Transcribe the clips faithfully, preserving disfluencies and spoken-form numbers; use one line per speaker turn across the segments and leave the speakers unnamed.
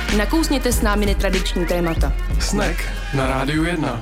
Nakousněte s námi netradiční témata.
Snack na Rádiu jedna.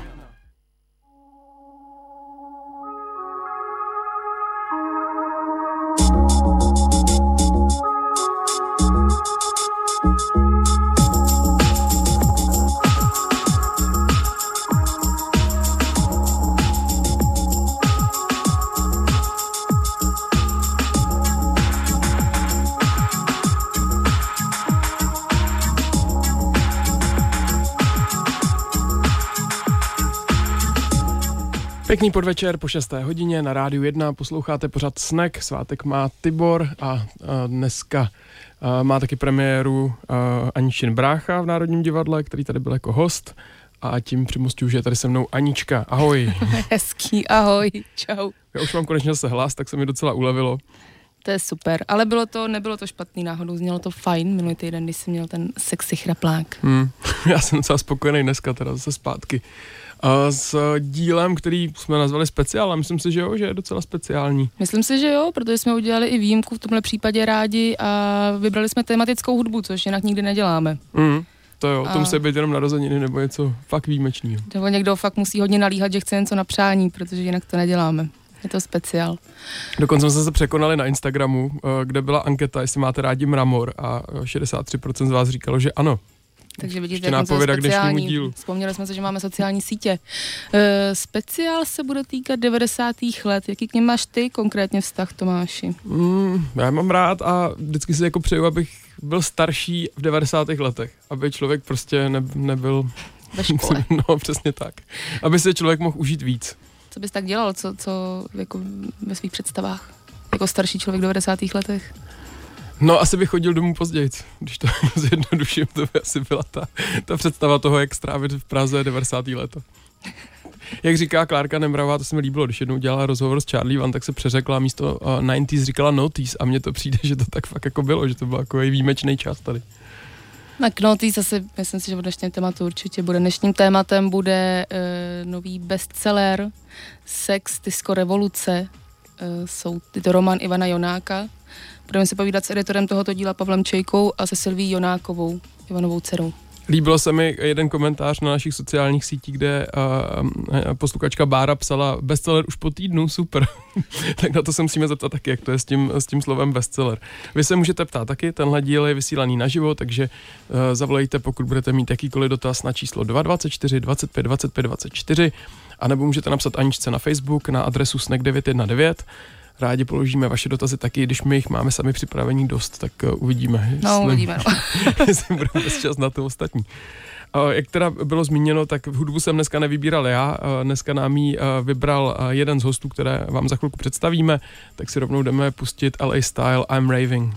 Pěkný podvečer po šesté hodině na Rádiu jedna, posloucháte pořad Snack, svátek má Tibor a, a dneska a má taky premiéru Aničin brácha v Národním divadle, který tady byl jako host a tím přimostuju, že je tady se mnou Anička. Ahoj.
Hezký, ahoj, čau.
Já už mám konečně zase hlas, tak se mi docela ulevilo.
To je super, ale bylo to, nebylo to špatný náhodou, znělo to fajn minulý týden, když jsi měl ten sexy chraplák.
Hmm. Já jsem docela spokojený dneska, teda zase zpátky. A s dílem, který jsme nazvali speciál, a myslím si, že jo, že je docela speciální.
Myslím si, že jo, protože jsme udělali i výjimku v tomhle případě rádi a vybrali jsme tematickou hudbu, což jinak nikdy neděláme.
Mm, to jo,
a...
to musí být jenom narozeniny nebo něco fakt výjimečného.
Nebo někdo fakt musí hodně nalíhat, že chce něco na přání, protože jinak to neděláme. Je to speciál.
Dokonce jsme se překonali na Instagramu, kde byla anketa, jestli máte rádi mramor a šedesát tři procent z vás říkalo, že ano.
Takže vidíte,
jak to je speciální.
Vzpomněli jsme se, že máme sociální sítě. E, speciál se bude týkat devadesátých let. Jaký k něm máš ty konkrétně vztah, Tomáši?
Mm, já mám rád a vždycky si jako přeju, abych byl starší v devadesátých letech. Aby člověk prostě ne, nebyl...
Ve škole.
No, přesně tak. Aby si člověk mohl užít víc.
Co bys tak dělal, co, co jako ve svých představách? Jako starší člověk v devadesátých letech?
No, asi bych chodil domů později, když to zjednoduším, to by asi byla ta, ta představa toho, jak strávit v Praze devadesátá léta. Jak říká Klárka Nemravá, to se mi líbilo, když jednou dělala rozhovor s Charlie Van, tak se přeřekla místo uh, devadesátých říkala noughties a mně to přijde, že to tak fakt jako bylo, že to byl jako výjimečný čas tady.
Tak noughties asi, myslím si, že v dnešním tématu určitě bude. Dnešním tématem bude uh, nový bestseller Sex, disco, revoluce. Uh, jsou tyto román Ivana Jonáka. Budeme si povídat s editorem tohoto díla Pavlem Čejkou a se Silví Jonákovou, Ivanovou dcerou.
Líbilo se mi jeden komentář na našich sociálních sítích, kde uh, posluchačka Bára psala bestseller už po týdnu, super. Tak na to se musíme zeptat taky, jak to je s tím, s tím slovem bestseller. Vy se můžete ptát taky, tenhle díl je vysílaný naživo, takže uh, zavolejte, pokud budete mít jakýkoliv dotaz na číslo dva dvacet čtyři dvacet pět dvacet pět dvacet čtyři, anebo můžete napsat Aničce na Facebook na adresu snack devět jedna devět. Rádi položíme vaše dotazy taky, když my jich máme sami připravení dost, tak uh, uvidíme.
No, jestli, uvidíme, no.
Jestli budeme bez čas na to ostatní. Uh, jak teda bylo zmíněno, tak hudbu jsem dneska nevybíral já, uh, dneska nám ji uh, vybral uh, jeden z hostů, které vám za chvilku představíme, tak si rovnou jdeme pustit L A Style I'm Raving.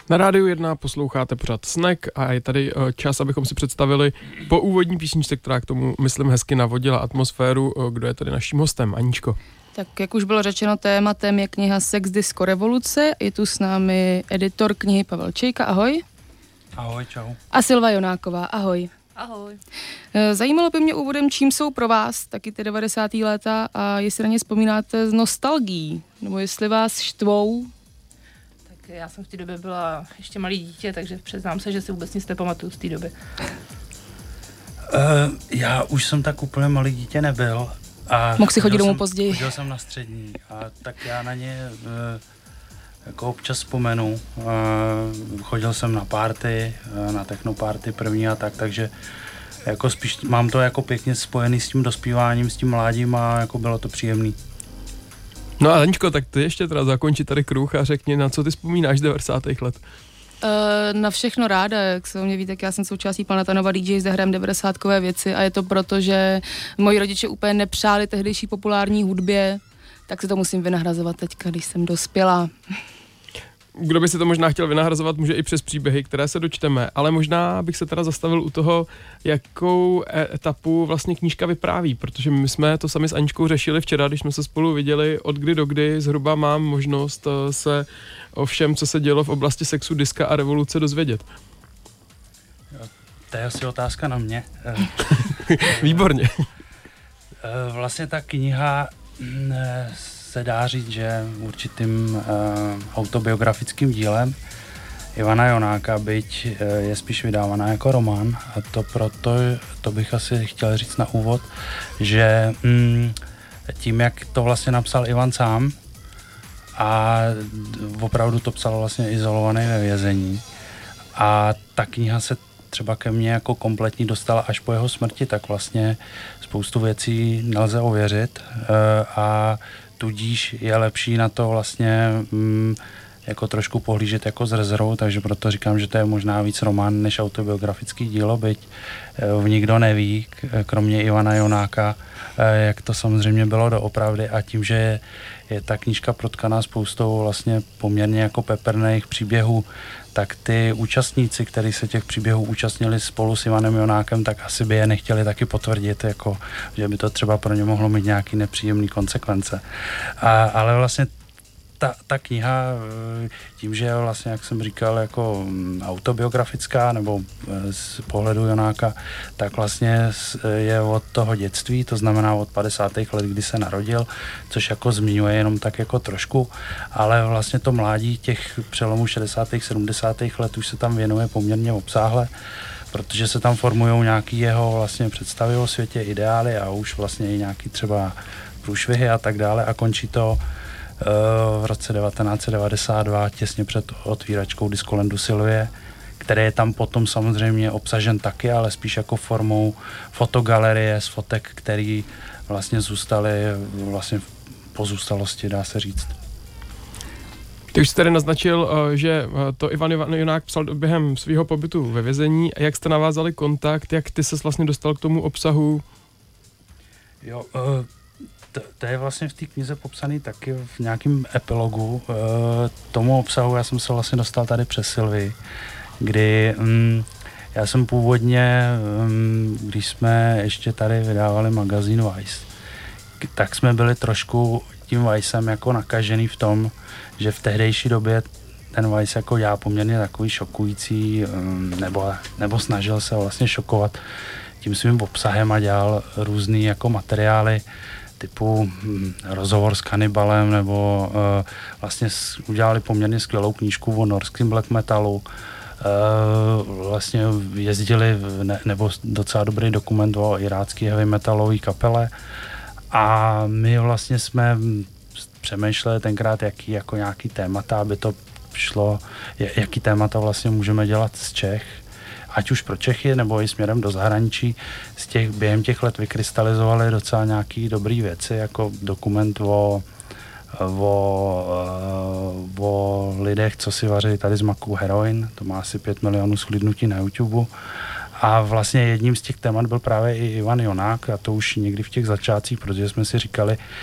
Na Rádiu jedna posloucháte pořád Snack a je tady čas, abychom si představili po úvodní písničce, která k tomu, myslím, hezky navodila atmosféru, kdo je tady naším hostem. Aníčko.
Tak jak už bylo řečeno, tématem je kniha Sex, disco, revoluce. Je tu s námi editor knihy Pavel Čejka, ahoj.
Ahoj, čau.
A Silva Jonáková, ahoj.
Ahoj.
Zajímalo by mě úvodem, čím jsou pro vás taky ty devadesátá léta a jestli na ně vzpomínáte s nostalgií, nebo jestli vás štvou.
Tak já jsem v té době byla ještě malý dítě, takže přiznám se, že si vůbec nic nepamatuju z té doby.
Uh, já už jsem tak úplně malý dítě nebyl. A
mohl si chodit domů
jsem,
později.
Chodil jsem na střední a tak já na ně uh, jako občas vzpomenu. Uh, chodil jsem na party, uh, na technoparty první a tak, takže jako spíš mám to jako pěkně spojený s tím dospíváním, s tím mládím a jako bylo to příjemný.
No a Aničko, tak ty ještě teda zakončí tady kruh a řekni, na co ty vzpomínáš z devadesátých let?
Uh, na všechno ráda, jak se o mě ví, tak já jsem součástí Planeta Nova D J, zde hrajem devadesátkové věci a je to proto, že moji rodiče úplně nepřáli tehdejší populární hudbě, tak si to musím vynahrazovat teďka, když jsem dospělá.
Kdo by si to možná chtěl vynahrazovat, může i přes příběhy, které se dočteme, ale možná bych se teda zastavil u toho, jakou etapu vlastně knížka vypráví, protože my jsme to sami s Aničkou řešili včera, když jsme se spolu viděli, od kdy do kdy zhruba mám možnost se o všem, co se dělo v oblasti sexu, diska a revoluce dozvědět.
To je asi otázka na mě.
Výborně.
Vlastně ta kniha se dá říct, že určitým uh, autobiografickým dílem Ivana Jonáka, byť uh, je spíš vydávaná jako román, a to proto, to bych asi chtěl říct na úvod, že mm, tím, jak to vlastně napsal Ivan sám a opravdu to psal vlastně izolovaný ve vězení a ta kniha se třeba ke mně jako kompletní dostala až po jeho smrti, tak vlastně spoustu věcí nelze ověřit uh, a tudíž je lepší na to vlastně mm, jako trošku pohlížet jako s rezervou, takže proto říkám, že to je možná víc román než autobiografický dílo, byť e, nikdo neví, k, kromě Ivana Jonáka, e, jak to samozřejmě bylo doopravdy a tím, že je, je ta knížka protkaná spoustou vlastně poměrně jako peprných příběhů, tak ty účastníci, kteří se těch příběhů účastnili spolu s Ivanem Jonákem, tak asi by je nechtěli taky potvrdit, jako, že by to třeba pro ně mohlo mít nějaký nepříjemný konsekvence. A, ale vlastně ta, ta kniha, tím, že je vlastně, jak jsem říkal, jako autobiografická nebo z pohledu Jonáka, tak vlastně je od toho dětství, to znamená od padesátých let, kdy se narodil, což jako zmiňuje jenom tak jako trošku, ale vlastně to mládí těch přelomů šedesátých sedmdesátých let už se tam věnuje poměrně obsáhle, protože se tam formujou nějaký jeho vlastně představy o světě, ideály a už vlastně i nějaký třeba průšvihy a tak dále a končí to v roce devatenáct set devadesát dva těsně před otvíračkou Discolandu Sylvie, který je tam potom samozřejmě obsažen taky, ale spíš jako formou fotogalerie z fotek, které vlastně zůstaly vlastně v pozůstalosti, dá se říct.
Ty už jsi tady naznačil, že to Ivan Jonák psal během svého pobytu ve vězení. Jak jste navázali kontakt, jak ty ses vlastně dostal k tomu obsahu?
Jo, uh... To, to je vlastně v té knize popsaný taky v nějakém epilogu e, tomu obsahu. Já jsem se vlastně dostal tady přes Sylvii, kdy mm, já jsem původně, mm, když jsme ještě tady vydávali magazín Vice, tak jsme byli trošku tím Vicem jako nakažený v tom, že v tehdejší době ten Vice jako já poměrně takový šokující, mm, nebo, nebo snažil se vlastně šokovat tím svým obsahem a dělal různý jako materiály typu hm, rozhovor s kanibalem, nebo uh, vlastně s, udělali poměrně skvělou knížku o norském black metalu. Uh, vlastně jezdili, ne, nebo docela dobrý dokument o irácké heavy metalové kapele a my vlastně jsme přemýšleli tenkrát, jaký, jako nějaký témata, aby to šlo, jaký témata vlastně můžeme dělat z Čech, ať už pro Čechy, nebo i směrem do zahraničí. Z těch, během těch let vykrystalizovaly docela nějaký dobrý věci, jako dokument o, o, o lidech, co si vaří tady z maku heroin, to má asi pět milionů shlédnutí na YouTube. A vlastně jedním z těch témat byl právě i Ivan Jonák, a to už někdy v těch začátcích, protože jsme si říkali,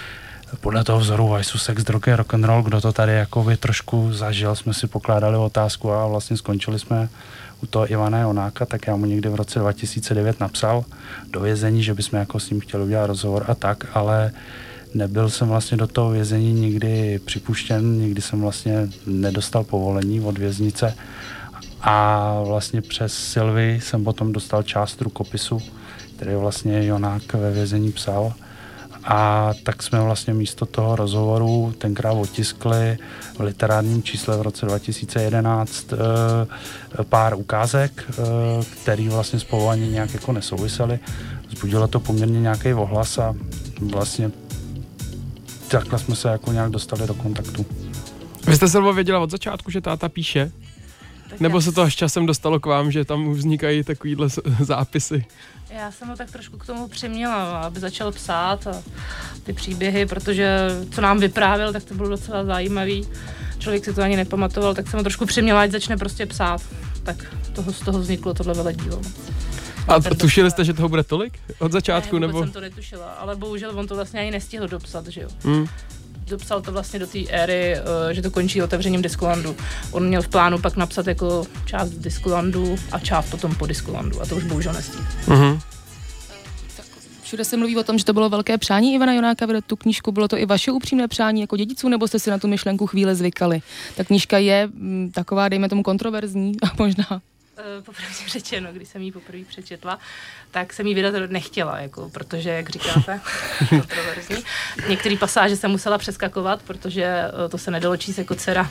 podle toho vzoru Weissu sex, drogy, rock and roll, kdo to tady jakoby trošku zažil, jsme si pokládali otázku a vlastně skončili jsme u toho Ivana Jonáka, tak já mu někdy v roce dva tisíce devět napsal do vězení, že bychom jako s ním chtěli udělat rozhovor a tak, ale nebyl jsem vlastně do toho vězení nikdy připuštěn, nikdy jsem vlastně nedostal povolení od věznice a vlastně přes Sylvii jsem potom dostal část rukopisu, který vlastně Jonák ve vězení psal. A tak jsme vlastně místo toho rozhovoru tenkrát otiskli v literárním čísle v roce dva tisíce jedenáct e, pár ukázek, e, který vlastně spolu ani nějak jako nesouvisely. Vzbudilo to poměrně nějaký ohlas a vlastně takhle jsme se jako nějak dostali do kontaktu.
Vy jste, Silvo, věděla od začátku, že táta píše? Tak nebo se to až časem dostalo k vám, že tam vznikají takovýhle zápisy?
Já jsem ho tak trošku k tomu přiměla, aby začal psát a ty příběhy, protože co nám vyprávěl, tak to bylo docela zajímavý. Člověk si to ani nepamatoval, tak jsem ho trošku přiměla, ať začne prostě psát. Tak toho, z toho vzniklo tohle veledílo.
A to, tušili jste, že toho bude tolik od začátku?
Ne,
nebo?
jsem to netušila, ale bohužel on to vlastně ani nestihl dopsat, že jo.
Hmm.
Dopsal to vlastně do té éry, že to končí otevřením Diskulandu. On měl v plánu pak napsat jako část Diskulandu a část potom po Diskulandu a to už bohužel nestihl.
Mm-hmm.
Všude se mluví o tom, že to bylo velké přání Ivana Jonáka vydat tu knížku. Bylo to i vaše upřímné přání jako dědiců, nebo jste si na tu myšlenku chvíli zvykali? Ta knížka je m, taková, dejme tomu, kontroverzní a možná...
Popravdě řečeno, když jsem ji poprvé přečetla, tak jsem ji vydat nechtěla, jako, protože, jak říkáte, kontroverzní. Některé pasáže jsem musela přeskakovat, protože to se nedalo číst jako dcera.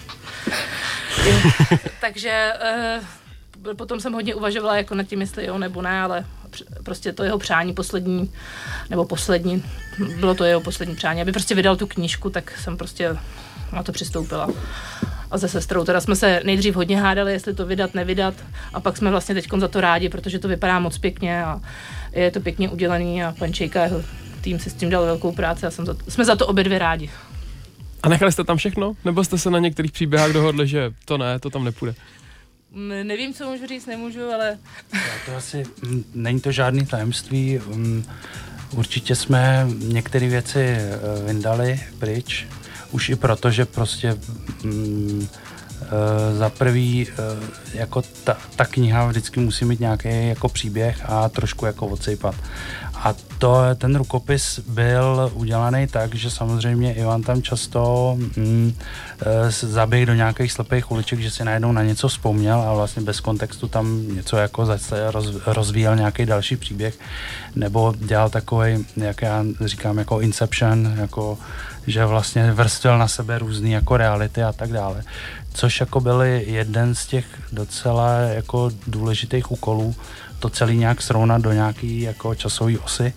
Takže uh, potom jsem hodně uvažovala jako nad tím, jestli jo nebo ne, ale prostě to jeho přání poslední, nebo poslední, bylo to jeho poslední přání, aby prostě vydal tu knížku, tak jsem prostě na to přistoupila. A se sestrou teda jsme se nejdřív hodně hádali, jestli to vydat, nevydat a pak jsme vlastně teďkom za to rádi, protože to vypadá moc pěkně a je to pěkně udělaný a pan Čejka, jeho tým si s tím dal velkou práci a jsem za to, jsme za to obě dvě rádi.
A nechali jste tam všechno? Nebo jste se na některých příběhách dohodli, že to ne, to tam nepůjde?
M, nevím, co můžu říct, nemůžu, ale...
Já to asi, m, není to žádný tajemství. M, určitě jsme některé věci vyndali pryč. Už i proto, že prostě mm, e, za prvý e, jako ta, ta kniha vždycky musí mít nějaký jako příběh a trošku jako odsejpat. A to, ten rukopis byl udělaný tak, že samozřejmě Ivan tam často mm, e, zaběh do nějakých slepých uliček, že si najednou na něco vzpomněl a vlastně bez kontextu tam něco jako zase roz, rozvíjel nějaký další příběh, nebo dělal takový, jak já říkám, jako Inception, jako že vlastně vrstvil na sebe různý jako reality a tak dále. Což jako byly jeden z těch docela jako důležitých úkolů, to celý nějak srovnat do nějaký jako časové osy,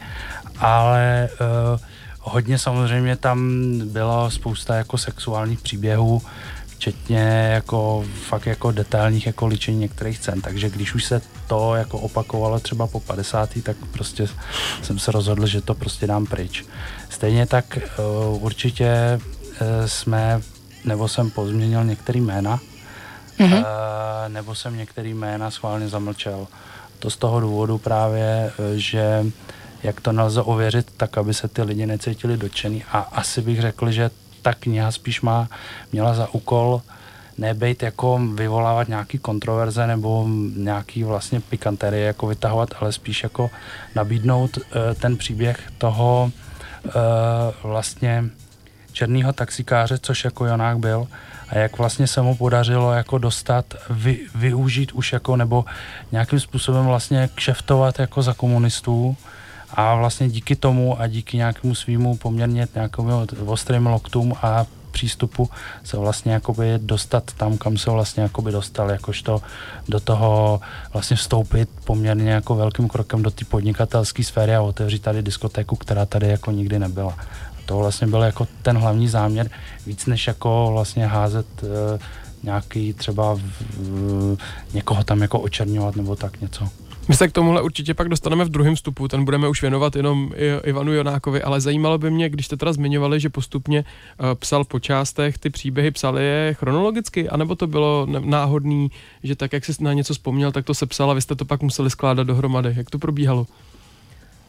ale uh, hodně samozřejmě tam bylo spousta jako sexuálních příběhů, včetně jako fakt jako detailních jako ličení některých scén, takže když už se to jako opakovalo třeba po padesátý, tak prostě jsem se rozhodl, že to prostě dám pryč. Stejně tak uh, určitě uh, jsme, nebo jsem pozměnil některý jména, mm-hmm. uh, nebo jsem některý jména schválně zamlčel. To z toho důvodu právě, uh, že jak to nelze ověřit, tak aby se ty lidi necítili dotčený a asi bych řekl, že ta kniha spíš má, měla za úkol nebejt jako vyvolávat nějaký kontroverze nebo nějaký vlastně pikanterie jako vytahovat, ale spíš jako nabídnout uh, ten příběh toho uh, vlastně černýho taxikáře, což jako Jonák byl a jak vlastně se mu podařilo jako dostat, vy, využít už jako nebo nějakým způsobem vlastně kšeftovat jako za komunistů a vlastně díky tomu a díky nějakému svýmu poměrně nějakým ostrým loktům a přístupu se vlastně jakoby dostat tam, kam se vlastně jakoby dostal, jakožto do toho vlastně vstoupit poměrně jako velkým krokem do té podnikatelské sféry a otevřít tady diskotéku, která tady jako nikdy nebyla. A to vlastně byl jako ten hlavní záměr, víc než jako vlastně házet e, nějaký třeba v, v, někoho tam jako očerňovat nebo tak něco.
My se k tomuhle určitě pak dostaneme v druhém vstupu, ten budeme už věnovat jenom Ivanu Jonákovi, ale zajímalo by mě, když jste teda zmiňovali, že postupně uh, psal po částech, ty příběhy psal je chronologicky, anebo to bylo náhodný, že tak, jak jsi na něco vzpomněl, tak to sepsal a vy jste to pak museli skládat dohromady. Jak to probíhalo?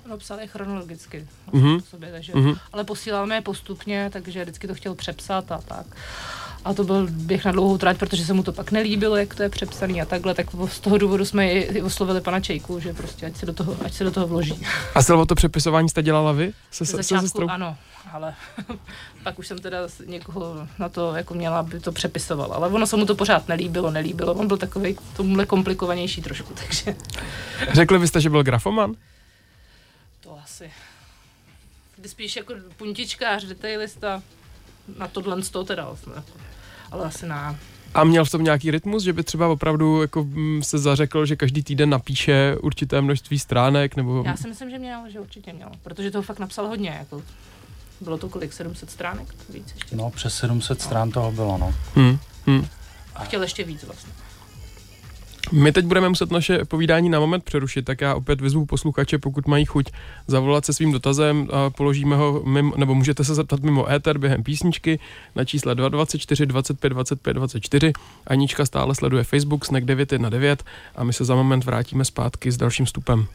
No, psal je chronologicky,
mm-hmm.
sobě, takže,
mm-hmm.
ale posíláme je postupně, takže vždycky to chtěl přepsat a tak. A to byl běh na dlouhou trať, protože se mu to pak nelíbilo, jak to je přepsaný a takhle, tak z toho důvodu jsme i oslovili pana Čejku, že prostě ať se do toho, ať se do toho vloží.
A Silvo, to přepisování jste dělala vy? Se,
se začátku ano, ale pak už jsem teda někoho na to jako měla, aby to přepisoval, ale ono se mu to pořád nelíbilo, nelíbilo, on byl takovej tomuhle komplikovanější trošku, takže...
Řekli byste, že byl grafoman?
To asi. Kdy spíš jako puntičkář, detailista, na tohle z toho teda, ale asi ne.
A měl v tom nějaký rytmus, že by třeba opravdu jako se zařekl, že každý týden napíše určité množství stránek, nebo...
Já si myslím, že měl, že určitě měl, protože toho fakt napsal hodně, jako... Bylo to kolik, sedm set stránek? Víc ještě?
No, přes sedm set strán toho bylo, no.
Hmm, hmm.
A chtěl ještě víc vlastně.
My teď budeme muset naše povídání na moment přerušit, tak já opět vyzvu posluchače, pokud mají chuť zavolat se svým dotazem a položíme ho, mimo, nebo můžete se zeptat mimo éter během písničky na čísle dva dvacet čtyři dvacet pět dvacet pět dvacet čtyři. Anička stále sleduje Facebook Snack devět jedna devět a my se za moment vrátíme zpátky s dalším vstupem.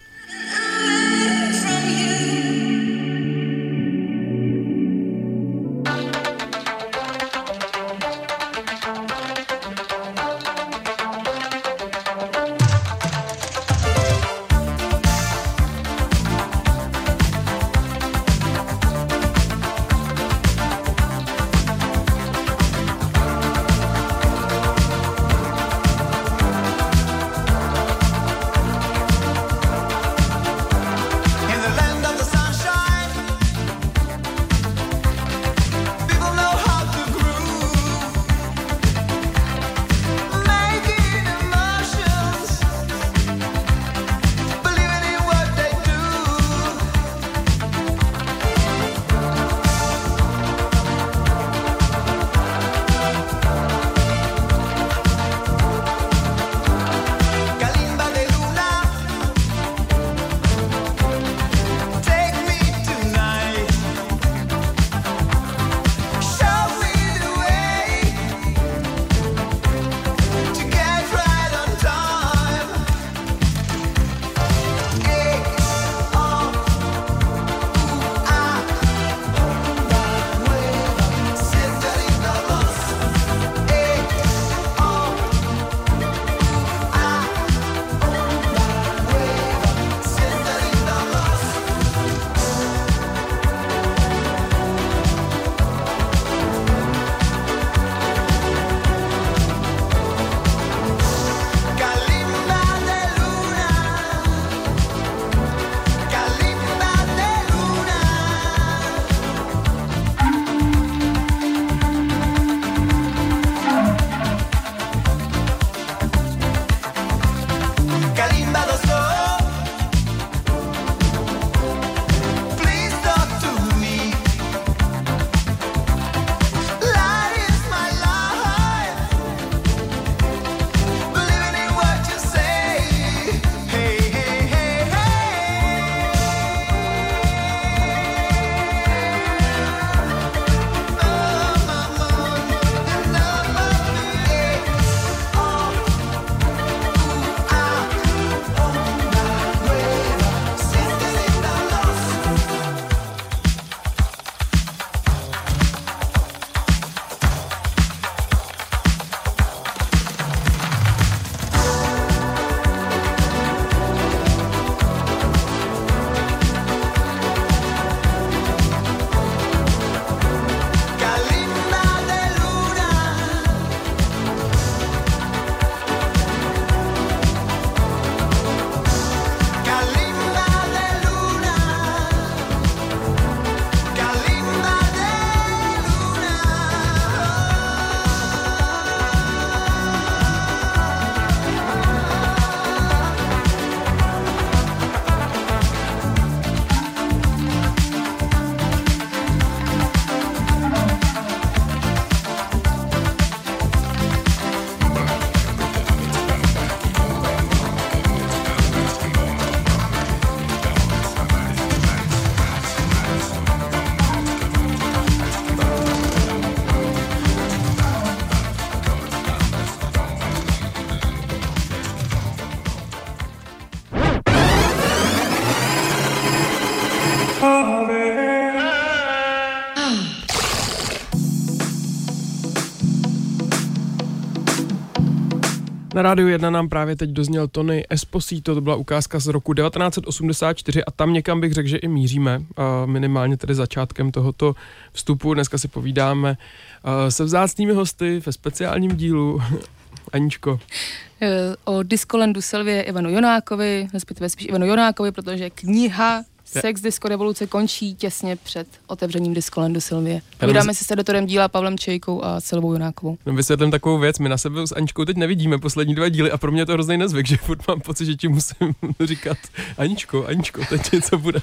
Na Rádiu jedna nám právě teď dozněl Tony Esposito, to byla ukázka z roku devatenáct set osmdesát čtyři a tam někam bych řekl, že i míříme, minimálně tedy začátkem tohoto vstupu. Dneska si povídáme se vzácnými hosty ve speciálním dílu. Aničko.
O Discolandu Sylvie Ivanu Jonákovi, respektive spíš Ivanu Jonákovi, protože kniha Sex Disco Revoluce končí těsně před otevřením Discolandu Sylvie. Povídáme si s editorem díla Pavlem Čejkou a Silvou Jonákovou.
No, vysvětlím takovou věc, my na sebe s Aničkou teď nevidíme poslední dva díly a pro mě to hrozný nezvyk, že furt mám pocit, že ti musím říkat Aničko, Aničko, teď něco bude.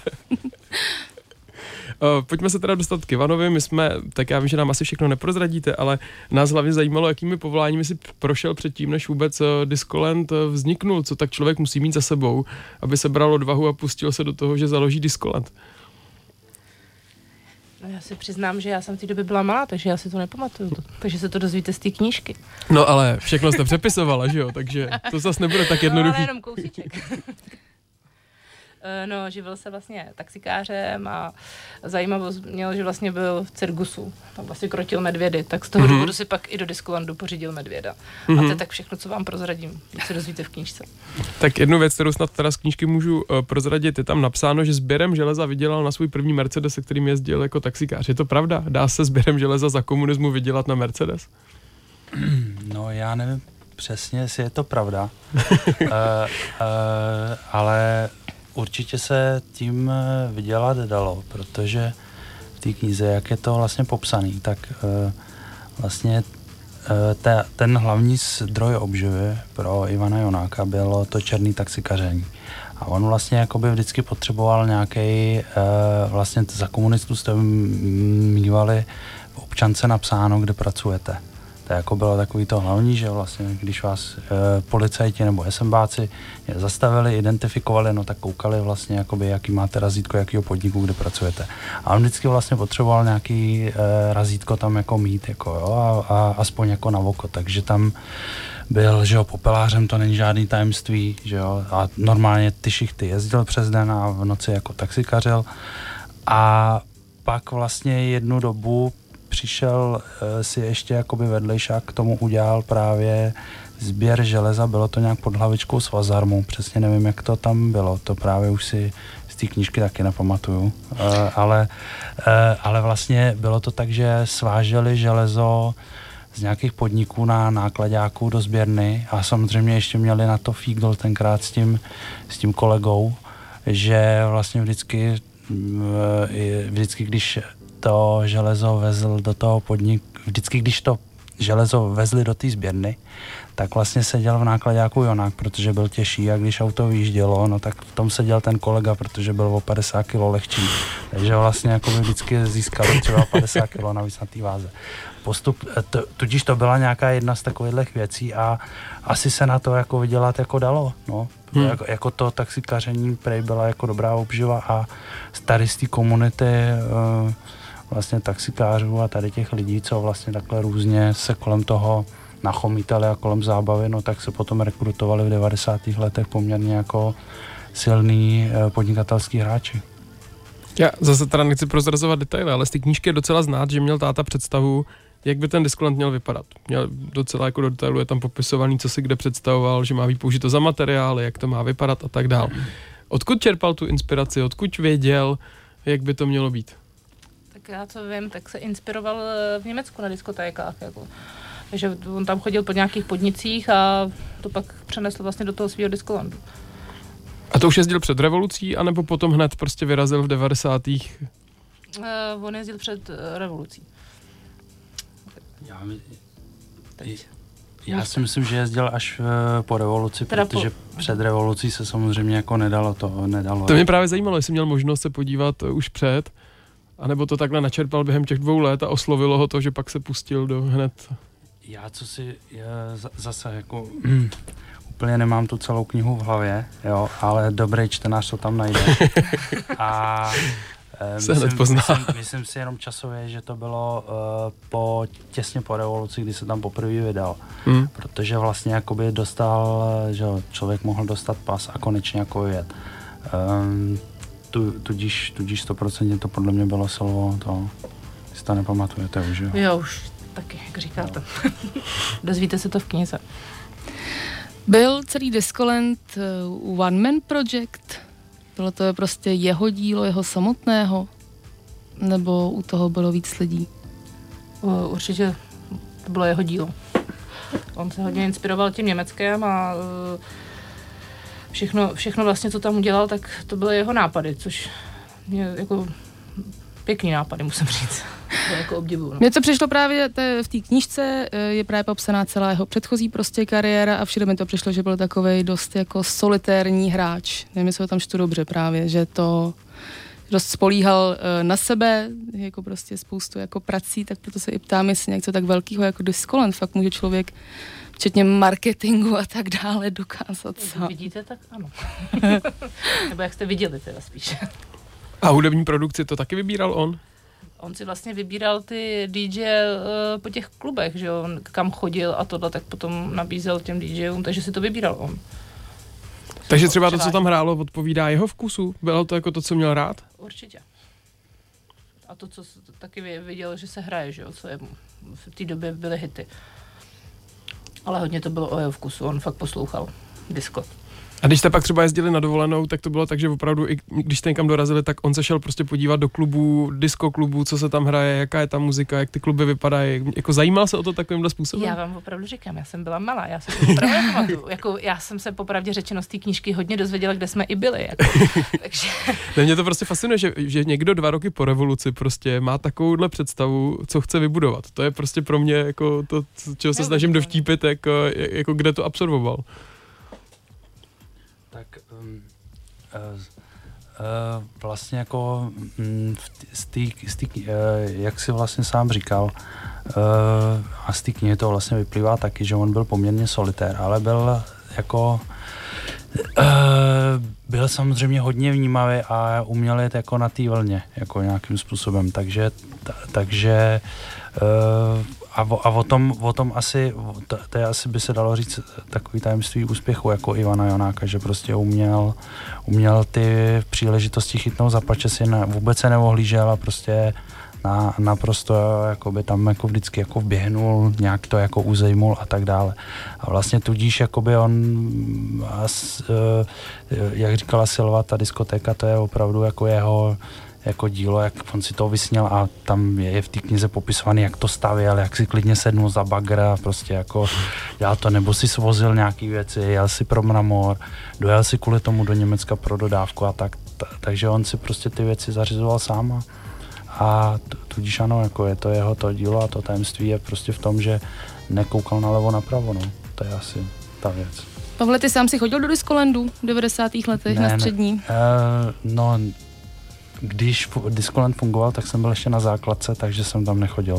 Uh, pojďme se teda dostat k Ivanovi, my jsme, tak já vím, že nám asi všechno neprozradíte, ale nás hlavně zajímalo, jakými povoláními si prošel předtím, než vůbec uh, Discoland uh, vzniknul, co tak člověk musí mít za sebou, aby se bral odvahu a pustil se do toho, že založí Discoland.
No já si přiznám, že já jsem v té době byla malá, takže já si to nepamatuju, to, takže se to dozvíte z té knížky.
No ale všechno jste přepisovala, že jo, takže to zase nebude tak jednoduchý.
No ale jenom kousíček. No, živil se vlastně taxikářem a zajímavost měl, že vlastně byl v cirkusu. Tam vlastně krotil medvědy, tak z toho mm-hmm. důvodu si pak i do Discolandu pořídil medvěda. Mm-hmm. A to je tak všechno, co vám prozradím, co se dozvíte v knížce.
Tak jednu věc, kterou snad teda z knížky můžu uh, prozradit, je tam napsáno, že sběrem železa vydělal na svůj první Mercedes, se kterým jezdil jako taxikář. Je to pravda? Dá se sběrem železa za komunismu vydělat na Mercedes?
No, já nevím přesně, jestli je to pravda, uh, uh, ale určitě se tím vydělat dalo, protože v té knize, jak je to vlastně popsaný, tak uh, vlastně uh, te, ten hlavní zdroj obživy pro Ivana Jonáka bylo to černý taxikaření. A on vlastně jakoby vždycky potřeboval nějaký, uh, vlastně za komunistů jste mívali v občance napsáno, kde pracujete. To jako bylo takový to hlavní, že vlastně, když vás e, policajti nebo SMBáci zastavili, identifikovali, no tak koukali vlastně, jakoby, jaký máte razítko, jakýho podniku, kde pracujete. A on vždycky vlastně potřeboval nějaký e, razítko tam jako mít, jako jo, a, a aspoň jako na oko, takže tam byl, že jo, popelářem, to není žádný tajemství, že jo, a normálně ty šichty jezdil přes den a v noci jako taxikařil. A pak vlastně jednu dobu přišel uh, si ještě jakoby vedlejšák k tomu udělal právě sběr železa, bylo to nějak pod hlavičkou Svazarmu, přesně nevím, jak to tam bylo, to právě už si z té knížky taky nepamatuju, uh, ale, uh, ale vlastně bylo to tak, že sváželi železo z nějakých podniků na nákladáků do sběrny a samozřejmě ještě měli na to fígl tenkrát s tím, s tím kolegou, že vlastně vždycky, vždycky když to železo vezl do toho podniku, vždycky když to železo vezli do té sběrny, tak vlastně seděl v nákladáku Jonák, protože byl těžší a když auto vyjíždělo, no tak v tom seděl ten kolega, protože byl o padesát kilo lehčí. Takže vlastně jako by vždycky získali třeba padesát kilo navíc na té váze. Postup, t, tudíž to byla nějaká jedna z takových věcí a asi se na to jako vydělat jako dalo, no. Hmm. Jako, jako to taxikaření prej byla jako dobrá obživa a tady z té komunity uh, vlastně taxikářů a tady těch lidí, co vlastně takhle různě se kolem toho nachomítali a kolem zábavy, no tak se potom rekrutovali v devadesátých letech poměrně jako silný uh, podnikatelský hráči.
Já zase teda nechci prozrazovat detaily, ale z té knížky je docela znát, že měl táta představu, jak by ten Discoland měl vypadat. Měl docela jako do detailu, je tam popisovaný, co si kde představoval, že má být použito za materiály, jak to má vypadat a tak dál. Odkud čerpal tu inspiraci, odkud věděl, jak by to mělo být?
Tak já co vím, tak se inspiroval v Německu na diskotékách. Jako. Takže on tam chodil po nějakých podnicích a to pak přenesl vlastně do toho svého Discolandu.
A to už jezdil před revolucí, anebo potom hned prostě vyrazil v devadesátých?
Uh, on jezdil před uh, revolucí.
Já, my, já si myslím, že jezdil až uh, po revoluci, teda protože po... před revolucí se samozřejmě jako nedalo to. Nedalo.
To mě právě zajímalo, jestli měl možnost se podívat už před, anebo to takhle načerpal během těch dvou let a oslovilo ho to, že pak se pustil do hned.
Já co si já zase jako mm, úplně nemám tu celou knihu v hlavě, jo, ale dobrý čtenář to tam najde. A
se
myslím,
hned pozná.
Myslím, myslím si jenom časově, že to bylo uh, po, těsně po revoluci, kdy se tam poprvé vydal. Hmm. Protože vlastně jakoby dostal, že člověk mohl dostat pas a konečně jako jet. Um, tu, tudíž, tudíž sto procent to podle mě bylo slovo, to si to nepamatujete už, jo?
Jo, už taky, jak říkáte. Dozvíte se to v knize.
Byl celý Discoland uh, one man project? Bylo to prostě jeho dílo, jeho samotného? Nebo u toho bylo víc lidí?
Uh, určitě to bylo jeho dílo. On se hodně inspiroval tím Německem a uh, všechno, všechno vlastně, co tam udělal, tak to byly jeho nápady, což je jako pěkný nápady, musím říct. To jako obdivuju. No.
Mně to přišlo právě te, v té knížce, je právě popsaná celá jeho předchozí prostě kariéra a všude mi to přišlo, že byl takovej dost jako solitérní hráč. Nevím, jestli ho tam čtu dobře právě, že to dost spolíhal na sebe, jako prostě spoustu jako prací, tak proto se i ptám, jestli něco tak velkého jako Discoland fakt může člověk včetně marketingu a tak dále dokázat.
Jak vidíte, tak ano. Nebo jak jste viděli teda spíš.
A hudební produkci to taky vybíral on?
On si vlastně vybíral ty dý džeje uh, po těch klubech, že jo, kam chodil a tohle, tak potom nabízel těm dý džejům, takže si to vybíral on.
Takže třeba to, co tam hrálo, odpovídá jeho vkusu? Bylo to jako to, co měl rád?
Určitě. A to, co taky viděl, že se hraje, že jo, co je, v té době byly hity. Ale hodně to bylo o jeho vkusu, on fakt poslouchal disco.
A když jste pak třeba jezdili na dovolenou, tak to bylo tak, že opravdu, i když jste někam dorazili, tak on se šel prostě podívat do klubů, disco klubů, co se tam hraje, jaká je ta muzika, jak ty kluby vypadají. Jako zajímal se o to takovýmhle způsobem?
Já vám opravdu říkám, já jsem byla malá, já se to opravdu pamatuju. Jako, já jsem se popravdě řečeno z té knížky hodně dozvěděla, kde jsme i byli. Jako. Takže...
Ne, mě to prostě fascinuje, že, že někdo dva roky po revoluci prostě má takovouhle představu, co chce vybudovat. To je prostě pro mě jako to, čeho se snažím dovtípit, jako, jako kde to absorboval.
Tak um, uh, uh, vlastně jako um, z té, uh, jak si vlastně sám říkal, uh, a z té knihy to vlastně vyplývá taky, že on byl poměrně solitér, ale byl jako uh, byl samozřejmě hodně vnímavý a uměl jet jako na té vlně, jako nějakým způsobem, takže t- takže uh, A, o, a o, tom, o tom asi, to, to je asi by se dalo říct takový tajemství úspěchu jako Ivana Jonáka, že prostě uměl, uměl ty příležitosti chytnout za pače, si ne, vůbec se neohlížel a prostě na, naprosto jakoby tam jako vždycky jako vběhnul, nějak to jako uzejmul a tak dále. A vlastně tudíž jakoby on, as, jak říkala Silva, ta diskotéka, to je opravdu jako jeho jako dílo, jak on si to vysněl a tam je v té knize popisovaný, jak to stavěl, jak si klidně sednul za bagr a prostě jako dělal to, nebo si svozil nějaký věci, jel si pro Mramor, dojel si kvůli tomu do Německa pro dodávku a tak, t- takže on si prostě ty věci zařizoval sám a, a tudíž ano, jako je to jeho to dílo a to tajemství je prostě v tom, že nekoukal nalevo napravo, no, to je asi ta věc.
Pavle, ty sám si chodil do Discolandu v devadesátých letech
ne,
na střední?
Ne, uh, no, když Discoland fungoval, tak jsem byl ještě na základce, takže jsem tam nechodil.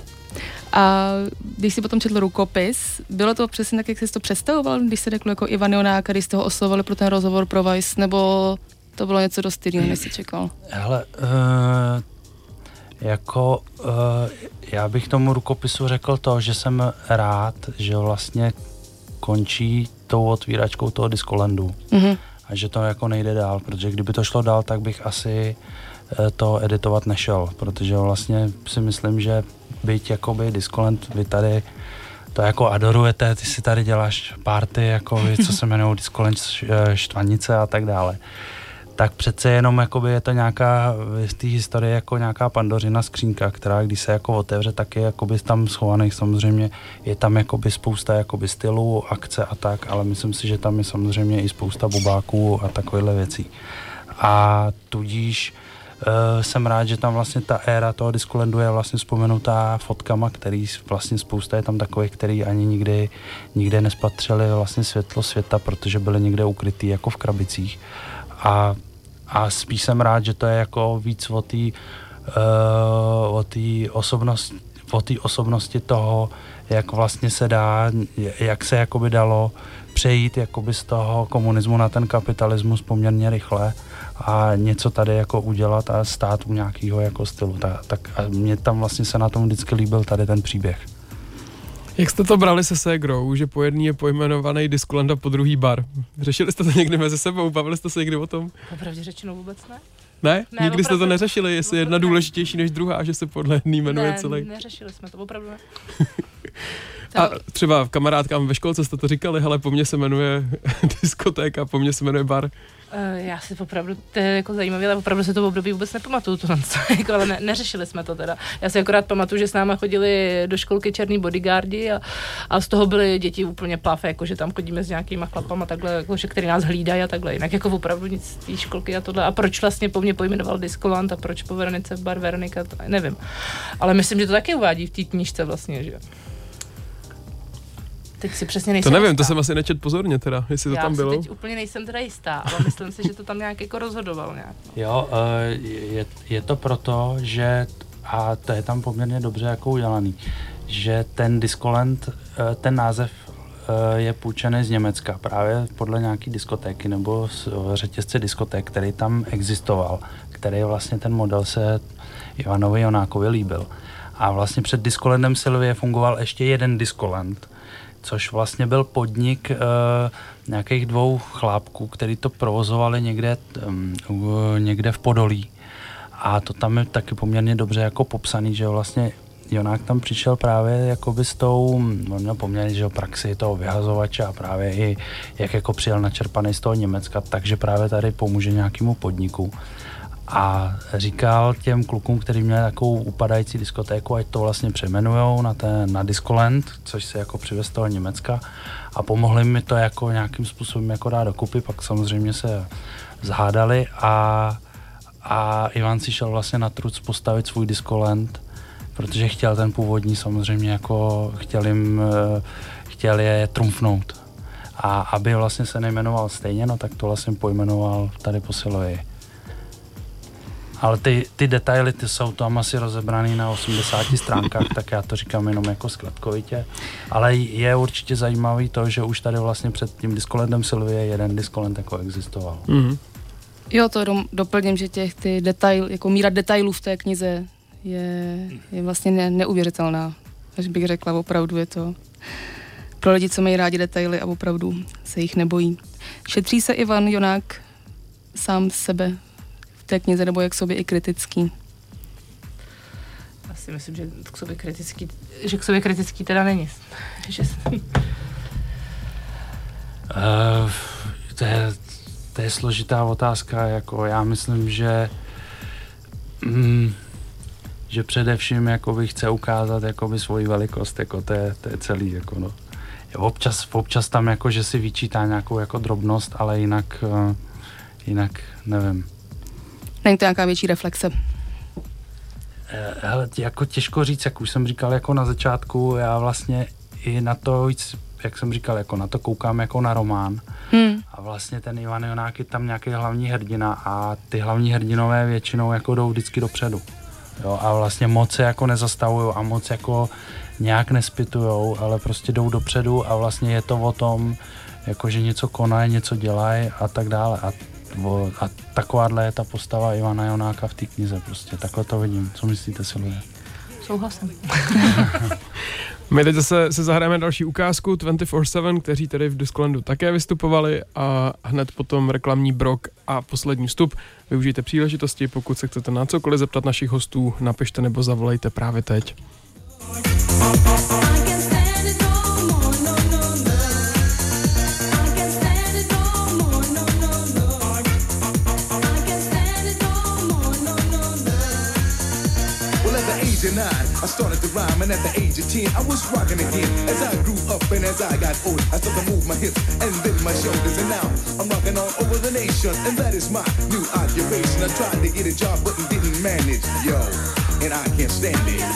A když jsi potom četl rukopis, bylo to přesně tak, jak jsi to představoval, když se řekl jako Ivan Jonák, když jste ho oslovili pro ten rozhovor pro Vice, nebo to bylo něco dost jiného, než jsi čekal?
Hele, uh, jako uh, já bych tomu rukopisu řekl to, že jsem rád, že vlastně končí tou otvíračkou toho Discolandu. Mm-hmm. A že to jako nejde dál, protože kdyby to šlo dál, tak bych asi to editovat nešel, protože vlastně si myslím, že byť jakoby Discoland, vy tady to jako adorujete, ty si tady děláš party, jako vy, co se jmenují Discoland Štvanice a tak dále, tak přece jenom jakoby je to nějaká v té historii jako nějaká pandořina skřínka, která když se jako otevře, tak je jakoby tam schovaných samozřejmě, je tam jakoby spousta jakoby stylů, akce a tak, ale myslím si, že tam je samozřejmě i spousta bubáků a takovýchhle věcí. A tudíž uh, jsem rád, že tam vlastně ta éra toho Discolandu je vlastně vzpomenutá fotkama, který vlastně spousta je tam takových, který ani nikdy, nikdy nespatřili vlastně světlo světa, protože byly někde ukrytý jako v krabicích. A, a spíš jsem rád, že to je jako víc o té uh, o té osobnosti, o té osobnosti toho, jak vlastně se dá, jak se jakoby dalo přejít jakoby z toho komunismu na ten kapitalismus poměrně rychle a něco tady jako udělat a stát u nějakého jako stylu. Tak, tak a mě tam vlastně se na tom vždycky líbil tady ten příběh.
Jak jste to brali se ségrou, že po jedný je pojmenovaný Discoland a po druhý bar? Řešili jste to někdy mezi sebou? Bavili jste se někdy o tom?
Popravdě řečeno vůbec ne.
Ne?
Ne,
Nikdy
opravdu,
jste to neřešili, jestli je jedna důležitější než druhá, že se podle jedný jmenuje
ne,
celý?
neřešili jsme to, opravdu ne.
A třeba kamarádkám ve školce jste to říkali, hele, po mně se jmenuje diskotéka, po mně se jmenuje bar.
Já si opravdu, to je jako zajímavé, ale opravdu se to v období vůbec nepamatuju, to, jako, ale ne, neřešili jsme to teda. Já si akorát pamatuju, že s náma chodili do školky černý bodyguardi a, a z toho byly děti úplně pav, jako že tam chodíme s nějakýma chlapama takhle, jako, že který nás hlídají a takhle. Jinak jako opravdu nic z té školky a tohle. A proč vlastně po mně pojmenoval Diskoland a proč po Veronice bar Veronika, to nevím. Ale myslím, že to taky uvádí v té knížce vlastně, že teď si přesně nejsem
To nevím,
jistá.
to jsem asi nečet pozorně teda, jestli to
Já
tam bylo.
Já teď úplně nejsem teda jistá, ale myslím si, že to tam nějak jako rozhodoval nějak. No.
Jo, je, je to proto, že, a to je tam poměrně dobře jako udělaný, že ten Diskoland, ten název je půjčený z Německa, právě podle nějaký diskotéky nebo z řetězce diskoték, který tam existoval, který vlastně ten model se Ivanovi Jonákovi líbil. A vlastně před Diskolandem Sylvie fungoval ještě jeden Diskoland, což vlastně byl podnik e, nějakých dvou chlápků, který to provozovali někde, e, někde v Podolí. A to tam je taky poměrně dobře jako popsaný, že vlastně Jonák tam přišel právě jakoby s tou, on měl poměrně, že praxi toho vyhazovače a právě i jak jako přijel načerpaný z toho Německa, takže právě tady pomůže nějakému podniku. A říkal těm klukům, kteří měli takovou upadající diskotéku, ať to vlastně přejmenujou na, ten, na Diskoland, což se jako přivez z toho Německa, a pomohli mi to jako nějakým způsobem jako dát dokupy, pak samozřejmě se zhádali a, a Ivan si šel vlastně na truc postavit svůj Diskoland, protože chtěl ten původní samozřejmě jako chtěl jim, chtěl je trumfnout. A aby vlastně se nejmenoval stejně, no tak to vlastně pojmenoval tady po Silvii. Ale ty, ty detaily, ty jsou tam asi rozebraný na osmdesáti stránkách, tak já to říkám jenom jako zkratkovitě. Ale je určitě zajímavý to, že už tady vlastně před tím Diskolandem Sylvie jeden Diskoland jako existoval.
Mm-hmm.
Jo, to jenom doplním, že těch ty detail, jako míra detailů v té knize je, je vlastně ne, neuvěřitelná. Až bych řekla, opravdu je to pro lidi, co mají rádi detaily a opravdu se jich nebojí. Šetří se Ivan Jonák sám sebe v té knize, nebo jak sobě i kritický?
Já si myslím, že k sobě kritický, že k sobě kritický teda není. že...
uh, to, je, to je složitá otázka, jako já myslím, že mm, že především jakoby chce ukázat jakoby svoji velikost, jako to je, to je celý, jako no. Občas, občas tam jako, že si vyčítá nějakou jako drobnost, ale jinak, uh, jinak nevím.
Není to nějaká větší reflexe?
Hele, jako těžko říct, jak už jsem říkal jako na začátku, já vlastně i na to víc, jak jsem říkal, jako na to koukám jako na román. Hmm. A vlastně ten Ivan Jonák je tam nějaký hlavní hrdina a ty hlavní hrdinové většinou jako jdou vždycky dopředu. Jo, a vlastně moc se jako nezastavují a moc jako nějak nespytujou, ale prostě jdou dopředu a vlastně je to o tom, jako že něco konají, něco dělají a tak dále. A, a takováhle je ta postava Ivana Jonáka v té knize, prostě takhle to vidím. Co myslíte, Silvie?
Souhlasím.
My teď zase se zahrajeme další ukázku dvacet čtyři sedm, kteří tady v Diskolandu také vystupovali, a hned potom reklamní brok a poslední vstup. Využijte příležitosti, pokud se chcete na cokoliv zeptat našich hostů, napište nebo zavolejte právě teď.
I started to rhyme, and at the age of ten I was rocking again. As I grew up and as I got old, I started to move my hips and then my shoulders, and now I'm rocking all over the nation, and that is my new occupation. I tried to get a job but didn't manage, yo, and I can't stand it.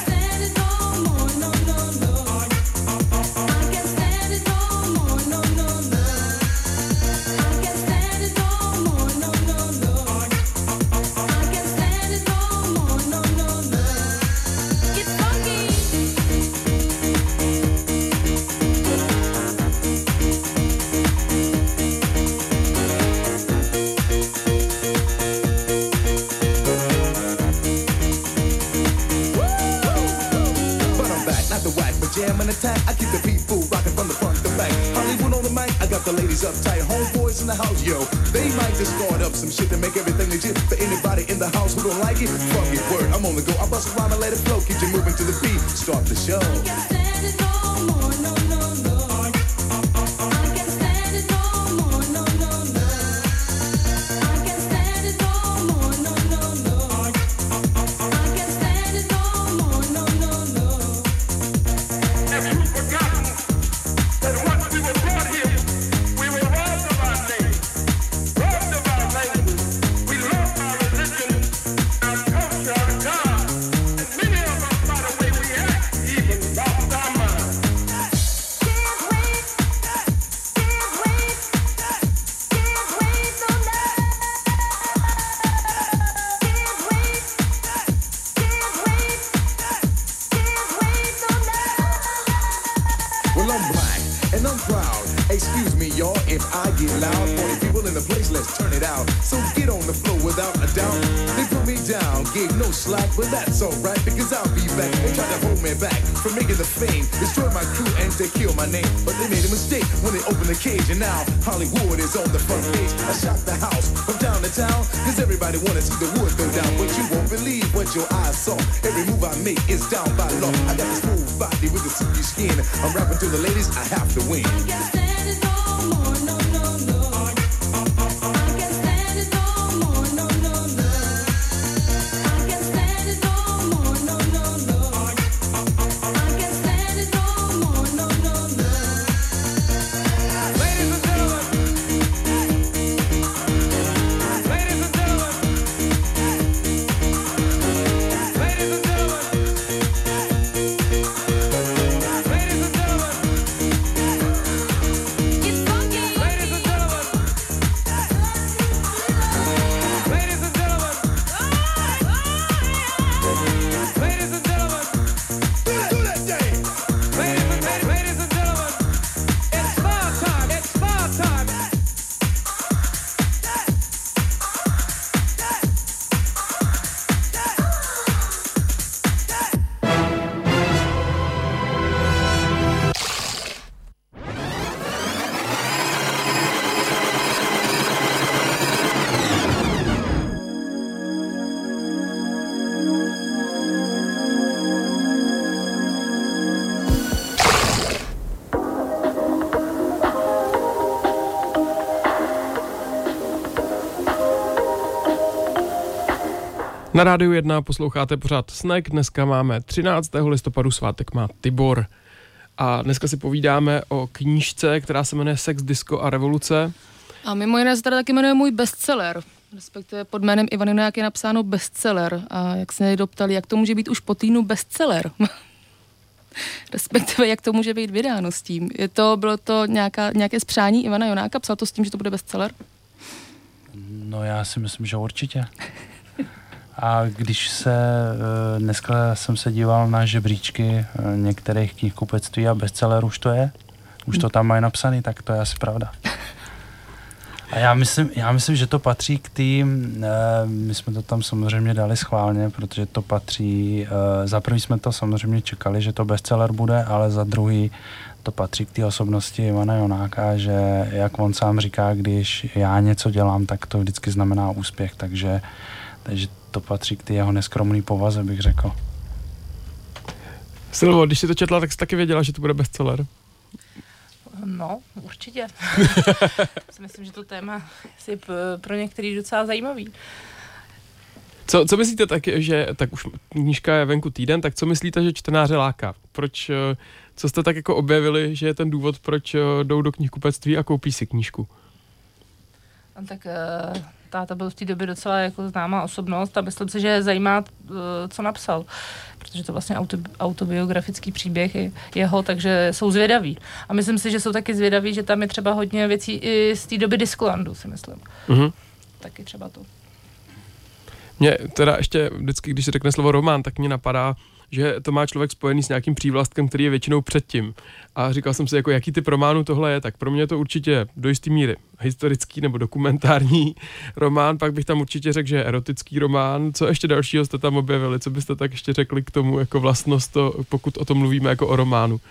I keep the people rocking from the front to back. Hollywood on the mic, I got the ladies uptight. Homeboys in the house, yo. They might just start up some shit to make everything legit. For anybody in the house who don't like it, fuck it, word, I'm on the go. I bust a rhyme and let it flow. Keep you moving to the beat, start the show. I can't stand it no more, no. I'm proud. Excuse me, y'all, if I get loud. forty people in the place, let's turn it out. So get on the floor without a doubt. They put me down, gave no slack, but that's alright because I'll be back. They tried to hold me back from making the fame, destroy my crew and to kill my name. But they made a mistake when they opened the cage, and now Hollywood is on the front page. I shot the house from down to town, cause everybody wanna see the wood go down. But you won't believe what your eyes saw. Every move I make is down by law. I got this smooth body with a silky skin. I'm rapping to the ladies, I have to win.
I can't stand it no more, no, no, no. I can't stand it no more, no, no, no. I can't stand it no more, no, no, no. I can't stand it no more, no, no, no.
Ladies and gentlemen. Ladies and gentlemen. Ladies and gentlemen. Ladies and gentlemen.
It's funky.
Ladies and gentlemen. Ladies and gentlemen. Ladies and gentlemen. Do that thing. Ladies and ladies, ladies and gentlemen. It's spa time. It's spa time.
Na Rádiu jedna posloucháte pořád Snack, dneska máme třináctého listopadu, svátek má Tibor. A dneska si povídáme o knížce, která se jmenuje Sex, disco a revoluce.
A mimo jiné se tady taky jmenuje můj bestseller, respektive pod jménem Ivany Jonáek je napsáno bestseller. A jak se někdo ptali, jak to může být už po týdnu bestseller? Respektive jak to může být vydáno s tím. Je to, bylo to nějaká, nějaké spřání Ivana Jonáka? Psal to s tím, že to bude bestseller?
No já si myslím, že určitě. A když se, dneska jsem se díval na žebříčky některých knihkupectví a bestsellerů už to je, už to tam mají napsaný, tak to je asi pravda. A já myslím, já myslím, že to patří k tým, my jsme to tam samozřejmě dali schválně, protože to patří, za první jsme to samozřejmě čekali, že to bestseller bude, ale za druhý to patří k té osobnosti Ivana Jonáka, že jak on sám říká, když já něco dělám, tak to vždycky znamená úspěch, takže, takže to patří k té jeho neskromný povaze, bych řekl.
Silvo, když jsi to četla, tak jsi taky věděla, že to bude bestseller.
No, určitě. si myslím, že to téma je pro některý docela zajímavý.
Co, co myslíte tak, že tak už knížka je venku týden, tak co myslíte, že čtenáře láká? Proč, co jste tak jako objevili, že je ten důvod, proč jdou do knihkupectví a koupí si knížku?
No, tak uh, táta byl v té době docela jako známá osobnost a myslím si, že je zajímá, uh, co napsal. Protože to vlastně auto, autobiografický příběh je jeho, takže jsou zvědaví. A myslím si, že jsou taky zvědaví, že tam je třeba hodně věcí i z té doby Discolandu, si myslím.
Mhm.
Taky třeba to.
Mně teda ještě vždycky, když se řekne slovo román, tak mě napadá, že to má člověk spojený s nějakým přívlastkem, který je většinou předtím. A říkal jsem si, jako jaký typ románu tohle je, tak pro mě je to určitě do jistý míry historický nebo dokumentární román, pak bych tam určitě řekl, že je erotický román. Co ještě dalšího jste tam objevili? Co byste tak ještě řekli k tomu jako vlastnost, to, pokud o tom mluvíme jako o románu?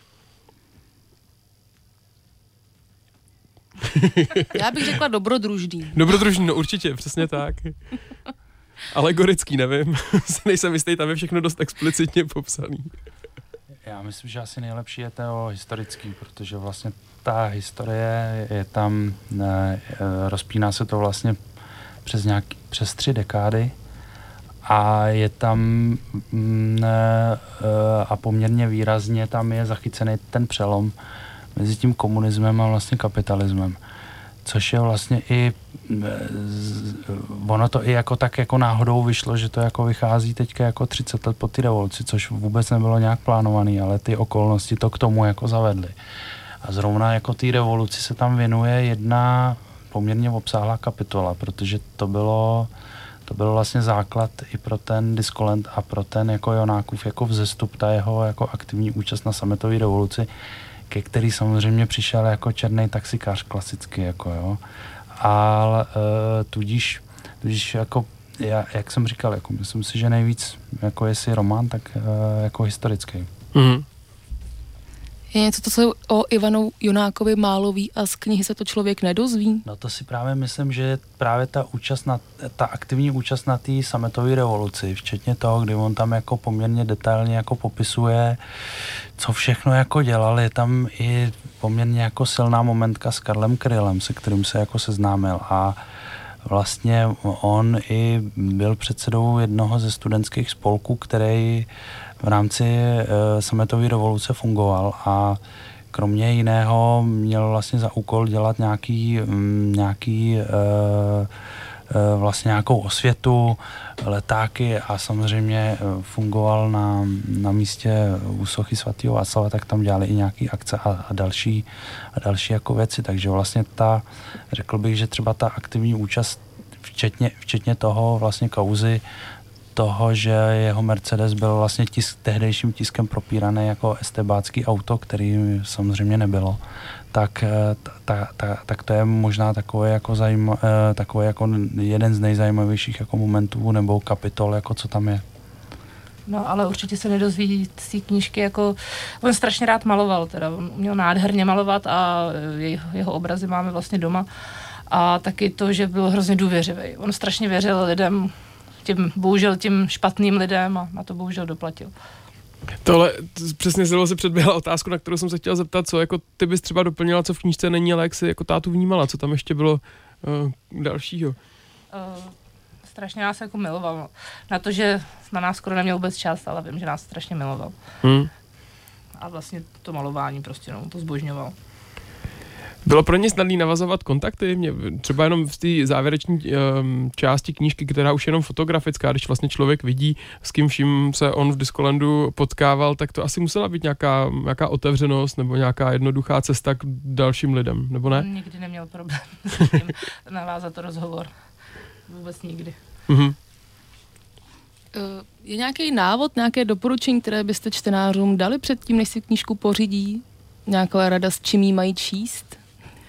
Já bych řekla dobrodružný.
Dobrodružný, no určitě, přesně tak. Alegorický, nevím. Nejsem jistý, tam je všechno dost explicitně popsaný.
Já myslím, že asi nejlepší je to historický, protože vlastně ta historie je tam, ne, rozpíná se to vlastně přes, nějaký, přes tři dekády a je tam ne, a poměrně výrazně tam je zachycený ten přelom mezi tím komunismem a vlastně kapitalismem. Což je vlastně i, ono to i jako tak jako náhodou vyšlo, že to jako vychází teďka jako třicet let po té revoluci, což vůbec nebylo nějak plánovaný, ale ty okolnosti to k tomu jako zavedly. A zrovna jako té revoluci se tam věnuje jedna poměrně obsáhlá kapitola, protože to bylo, to bylo vlastně základ i pro ten Discoland a pro ten jako Jonákův jako vzestup, ta jeho jako aktivní účast na sametové revoluci, ke který samozřejmě přišel jako černý taxikář klasicky, jako jo. Ale uh, tudíž, tudíž jako, já, jak jsem říkal, jako myslím si, že nejvíc, jako jestli román, tak uh, jako historický.
Mm.
Je něco, co se o Ivanu Jonákovi málo ví a z knihy se to člověk nedozví?
No to si právě myslím, že právě ta účast na, ta aktivní účast na té sametové revoluci, včetně toho, kdy on tam jako poměrně detailně jako popisuje, co všechno jako dělal, je tam i poměrně jako silná momentka s Karlem Krylem, se kterým se jako seznámil a vlastně on i byl předsedou jednoho ze studentských spolků, který v rámci e, sametové revoluce fungoval a kromě jiného měl vlastně za úkol dělat nějaký, m, nějaký e, e, vlastně nějakou osvětu, letáky a samozřejmě fungoval na, na místě u sochy svatého Václava, tak tam dělali i nějaký akce a, a další, a další jako věci, takže vlastně ta, řekl bych, že třeba ta aktivní účast, včetně, včetně toho vlastně kauzy, toho, že jeho Mercedes byl vlastně tisk, tehdejším tiskem propíraný jako estébácký auto, který samozřejmě nebylo, tak, ta, ta, tak to je možná takový jako, zajíma, takový jako jeden z nejzajímavějších jako momentů nebo kapitol, jako co tam je.
No, ale určitě se nedozví z té knížky, jako on strašně rád maloval, teda on uměl nádherně malovat a jeho, jeho obrazy máme vlastně doma a taky to, že byl hrozně důvěřivý. On strašně věřil lidem, tím, bohužel tím špatným lidem a na to bohužel doplatil.
Tohle přesně se předběhla otázku, na kterou jsem se chtěl zeptat, co jako ty bys třeba doplnila, co v knížce není, ale jak jsi jako tátu vnímala, co tam ještě bylo uh, dalšího?
Uh, strašně nás jako miloval. Na to, že na nás skoro neměl vůbec čas, ale vím, že nás strašně miloval.
Hmm.
A vlastně to malování prostě, no, to zbožňoval.
Bylo pro ně snadný navazovat kontakty? Mě třeba jenom v té závěrečné um, části knížky, která už je jenom fotografická, když vlastně člověk vidí, s kým vším se on v Discolandu potkával, tak to asi musela být nějaká, nějaká otevřenost nebo nějaká jednoduchá cesta k dalším lidem, nebo ne?
Nikdy neměl problém s tím navázat to rozhovor. Vůbec nikdy.
Mhm.
Je nějaký návod, nějaké doporučení, které byste čtenářům dali předtím, než si knížku pořídí? Nějaká rada, s čím jí mají číst?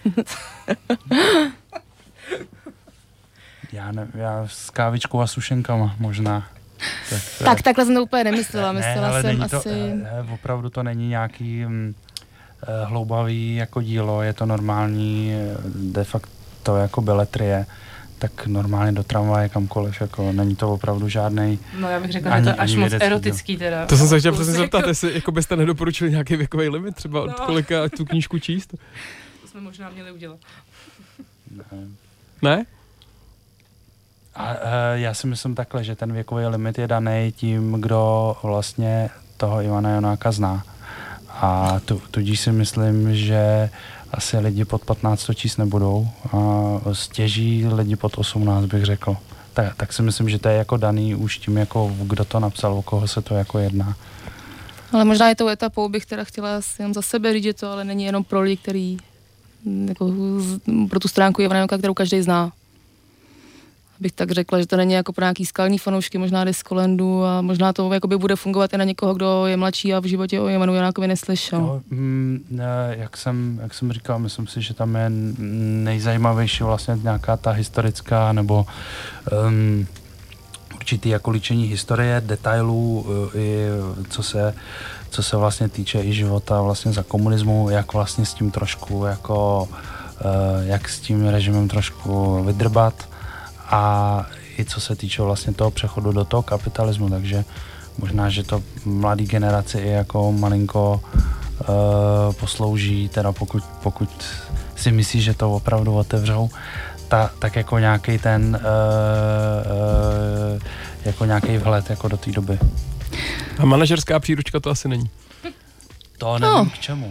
Já, ne, já s kávičkou a sušenkama možná. Tak,
tak takhle jsem to úplně nemyslela.
ne,
Myslela
ale
jsem
není to,
asi...
ne, opravdu to není nějaký hm, hloubavý jako dílo, je to normální de facto jako beletrie, tak normálně do tramvaje kamkoliv, jako není to opravdu žádnej.
No já bych řekla,
ani,
že to až moc
vědecký,
erotický teda.
To jsem se chtěl přesně zeptat, jestli jako byste nedoporučili nějaký věkový limit, třeba od
No.
kolika tu knížku číst?
To jsme možná měli udělat.
Ne.
Ne?
A, a já si myslím takhle, že ten věkový limit je daný tím, kdo vlastně toho Ivana Jonáka zná. A tu, tudíž si myslím, že asi lidi pod patnáct to číst nebudou a stěží lidi pod osmnáct, bych řekl. Tak, tak si myslím, že to je jako daný už tím, jako kdo to napsal, o koho se to jako jedná.
Ale možná je tou etapou, bych teda chtěla jenom za sebe říct, že to ale není jenom pro lidi, který jako, pro tu stránku Ivana Jonáka, kterou každý zná. Bych tak řekla, že to není jako pro nějaký skalní fanoušky, možná Discolandu a možná to jakoby bude fungovat i na někoho, kdo je mladší a v životě o Ivanu Jonákovi neslyšel.
No, mm, jak, jsem, jak jsem říkal, myslím si, že tam je nejzajímavější vlastně nějaká ta historická nebo um, určitý jako líčení historie, detailů, i co se, co se vlastně týče i života vlastně za komunismu, jak vlastně s tím trošku jako, uh, jak s tím režimem trošku vydrbat a i co se týče vlastně toho přechodu do toho kapitalismu, takže možná, že to mladý generaci i jako malinko uh, poslouží, teda pokud, pokud si myslí, že to opravdu otevřou, ta, tak jako nějaký ten uh, uh, jako nějaký vhled jako do té doby.
A manažerská příručka to asi není.
To nevím
No.
k čemu.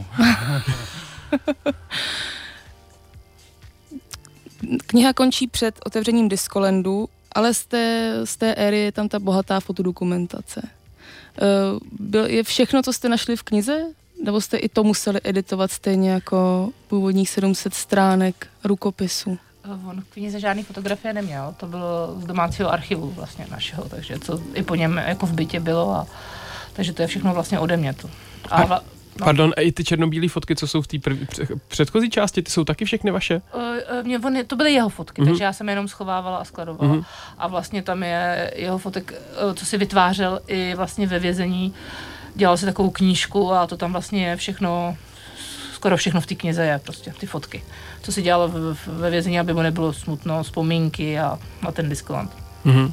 Kniha končí před otevřením Discolandu, ale z té, z té éry je tam ta bohatá fotodokumentace. Uh, byl, je všechno, co jste našli v knize? Nebo jste i to museli editovat stejně jako původních sedm set stránek rukopisu?
On v knize žádný fotografie neměl, to bylo z domácího archivu vlastně našeho, takže co i po něm jako v bytě bylo a takže to je všechno vlastně ode mě tu. A vla, No.
Pardon, a i ty černobílé fotky, co jsou v té prv... předchozí části, ty jsou taky všechny vaše?
Uh, mě, on, to byly jeho fotky,
Mhm.
takže já jsem je jenom schovávala a skladovala.
Mhm.
A vlastně tam je jeho fotek, uh, co si vytvářel i vlastně ve vězení. Dělal si takovou knížku a to tam vlastně je všechno, skoro všechno v té knize je prostě, ty fotky. Co si dělal v, v, ve vězení, aby mu nebylo smutno, vzpomínky a, a ten Discoland.
Mhm.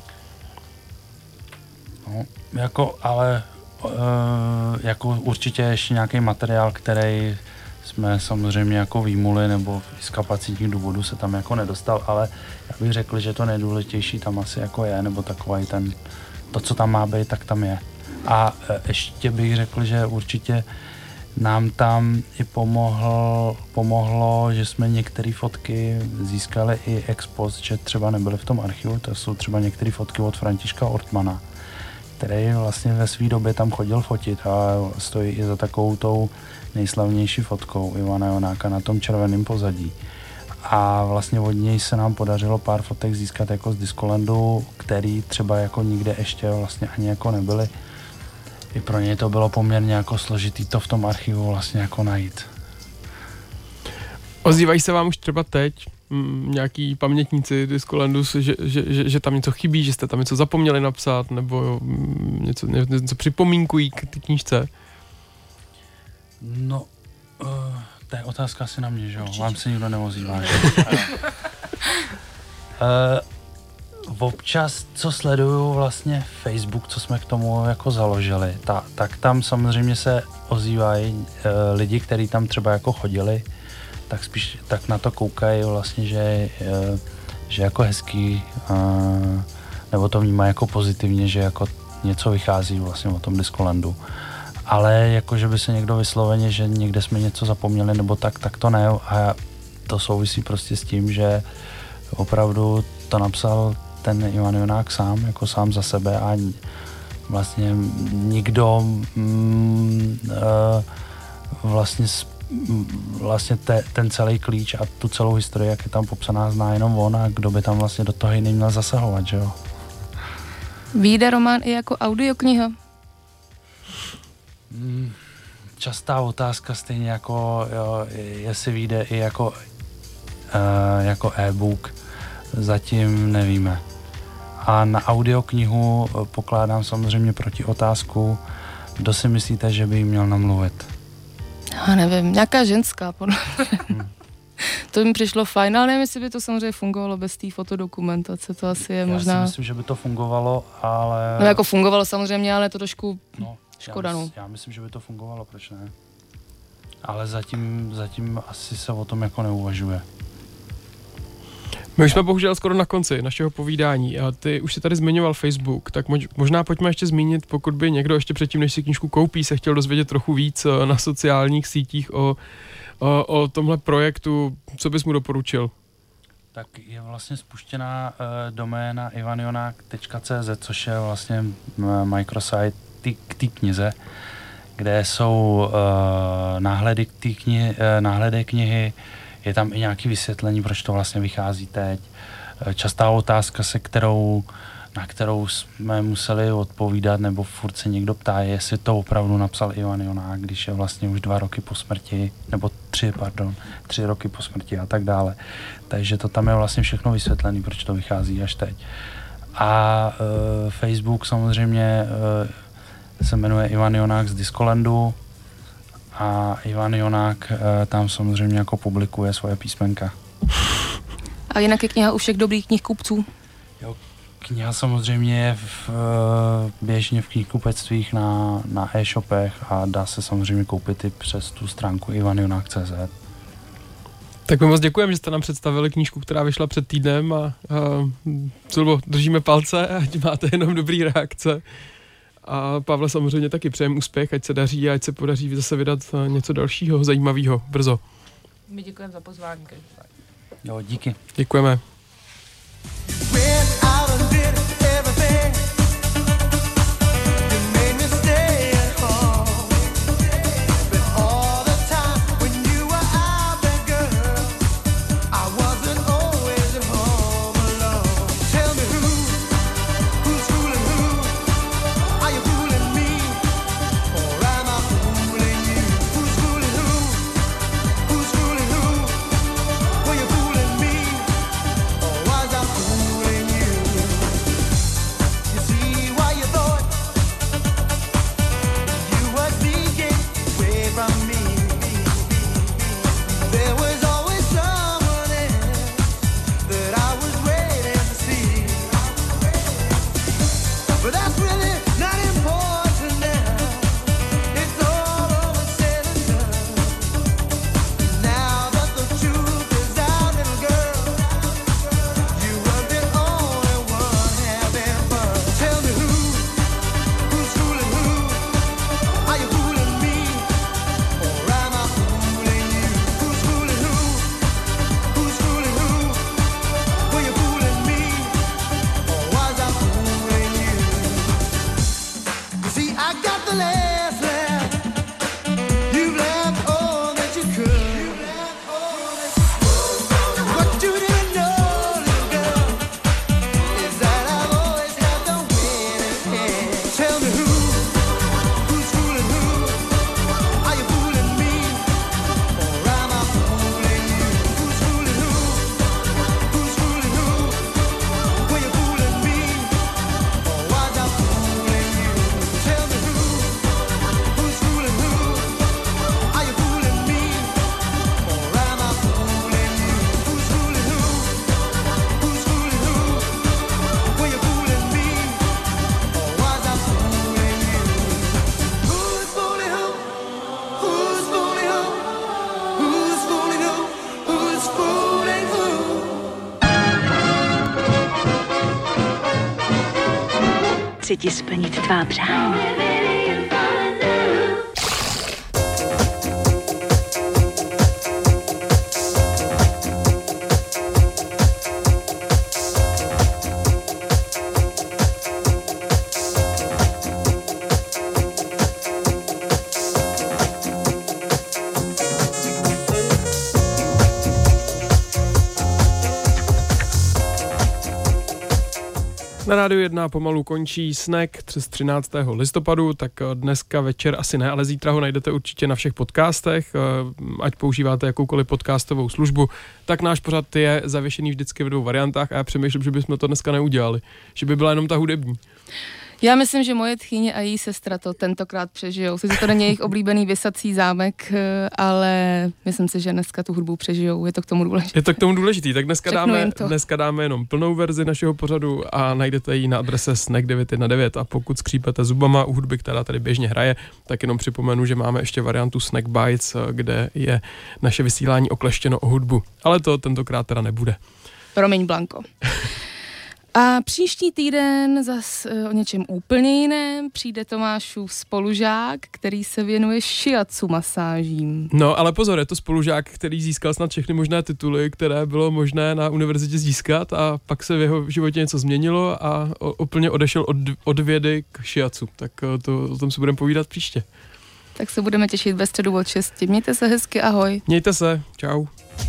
No, jako, ale uh, jako určitě ještě nějaký materiál, který jsme samozřejmě jako výmuli nebo z kapacitních důvodů se tam jako nedostal, ale já bych řekl, že to nejdůležitější tam asi jako je, nebo takový ten, to, co tam má být, tak tam je. A uh, ještě bych řekl, že určitě nám tam i pomohl, pomohlo, že jsme některé fotky získali i ex post, že třeba nebyly v tom archivu, to jsou třeba některé fotky od Františka Ortmana, který vlastně ve své době tam chodil fotit a stojí i za takovou tou nejslavnější fotkou Ivana Jonáka na tom červeném pozadí. A vlastně od něj se nám podařilo pár fotek získat jako z Discolandu, který třeba jako nikde ještě vlastně ani jako nebyly. I pro něj to bylo poměrně jako složitý to v tom archivu vlastně jako najít.
Ozývají se vám už třeba teď m, nějaký pamětníci Discolandu, že, že, že, že tam něco chybí, že jste tam něco zapomněli napsat, nebo m, něco, něco připomínkují k té knížce?
No, uh, to je otázka asi na mě, že jo? Vám se nikdo neozývá, že? uh, občas, co sleduju vlastně Facebook, co jsme k tomu jako založili, ta, tak tam samozřejmě se ozývají uh, lidi, kteří tam třeba jako chodili, tak spíš tak na to koukají vlastně, že, uh, že jako hezký, uh, nebo to vnímají jako pozitivně, že jako něco vychází vlastně o tom Discolandu. Ale jako, že by se někdo vysloveně, že někde jsme něco zapomněli nebo tak, tak to ne. A to souvisí prostě s tím, že opravdu to napsal ten Ivan Jonák sám, jako sám za sebe a vlastně nikdo mm, uh, vlastně, vlastně te, ten celý klíč a tu celou historii, jak je tam popsaná, zná jenom on a kdo by tam vlastně do toho jiný měl zasahovat, že jo?
Vyjde román i jako audiokniha?
Častá otázka, stejně jako jo, jestli vyjde i jako, uh, jako e-book, zatím nevíme. A na audioknihu pokládám samozřejmě proti otázku, kdo si myslíte, že by jí měl namluvit?
Já nevím, nějaká ženská, podle mě. Hmm. To mi přišlo fajn, ale nevím, jestli by to samozřejmě fungovalo bez té fotodokumentace, to asi je
Já
možná...
Já si myslím, že by to fungovalo, ale...
No jako fungovalo samozřejmě, ale je to trošku
no,
škoda,
já,
no.
mys- já myslím, že by to fungovalo, proč ne? Ale zatím, zatím asi se o tom jako neuvažuje.
My už jsme bohužel skoro na konci našeho povídání a ty už si tady zmiňoval Facebook, tak mož, možná pojďme ještě zmínit, pokud by někdo ještě předtím, než si knížku koupí, se chtěl dozvědět trochu víc na sociálních sítích o, o, o tomhle projektu, co bys mu doporučil?
Tak je vlastně spuštěná uh, doména ivanjonák tečka cé zet, což je vlastně uh, microsite k té knize, kde jsou uh, náhledy k té knihy, uh, náhledy knihy, je tam i nějaké vysvětlení, proč to vlastně vychází teď. Častá otázka, se kterou, na kterou jsme museli odpovídat, nebo furt se někdo ptá, jestli to opravdu napsal Ivan Jonák, když je vlastně už dva roky po smrti, nebo tři, pardon, tři roky po smrti a tak dále. Takže to tam je vlastně všechno vysvětlené, proč to vychází až teď. A uh, Facebook samozřejmě uh, se jmenuje Ivan Jonák z Discolandu, a Ivan Jonák e, tam samozřejmě jako publikuje svoje písmenka.
A jinak je kniha u všech dobrých knihkupců?
Jo, kniha samozřejmě je v, e, běžně v knihkupectvích na, na e-shopech a dá se samozřejmě koupit i přes tu stránku ivanjonák tečka cé zet.
Tak my moc děkujeme, že jste nám představili knížku, která vyšla před týdnem a, a Silvo, držíme palce, ať máte jenom dobrý reakce. A Pavle samozřejmě taky přejem úspěch, ať se daří a ať se podaří zase vydat něco dalšího zajímavého brzo.
My děkujeme za pozvání.
Jo, díky.
Děkujeme.
chci ti splnit tvá přání.
Na Rádiu jedna pomalu končí Snack přes třináctého listopadu, tak dneska večer asi ne, ale zítra ho najdete určitě na všech podcastech, ať používáte jakoukoliv podcastovou službu, tak náš pořad je zavěšený vždycky v dvou variantách a já přemýšlím, že bychom to dneska neudělali, že by byla jenom ta hudební.
Já myslím, že moje tchýně a její sestra to tentokrát přežijou. Sice to není jejich oblíbený vysací zámek, ale myslím si, že dneska tu hudbu přežijou. Je to k tomu důležité.
Je to k tomu důležitý, tak dneska dáme,
to.
dneska dáme jenom plnou verzi našeho pořadu a najdete ji na adrese snack devět jedna devět a pokud skřípete zubama u hudby, která tady běžně hraje, tak jenom připomenu, že máme ještě variantu Snack Bites, kde je naše vysílání okleštěno o hudbu. Ale to tentokrát teda nebude.
Promiň, Blanko. A příští týden zas o něčem úplně jiném přijde Tomášův spolužák, který se věnuje shiatsu masážím.
No, ale pozor, je to spolužák, který získal snad všechny možné tituly, které bylo možné na univerzitě získat a pak se v jeho životě něco změnilo a o, úplně odešel od, od vědy k shiatsu. Tak to, o tom si budeme povídat příště.
Tak se budeme těšit ve středu od šesti. Mějte se hezky, ahoj.
Mějte se, čau.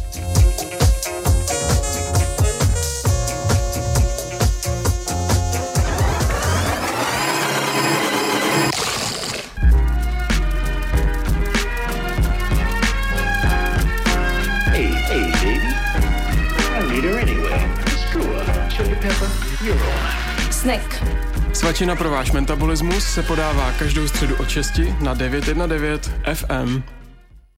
Snack.
Svačina pro váš metabolismus se podává každou středu od šesti na devět jedna devět F M.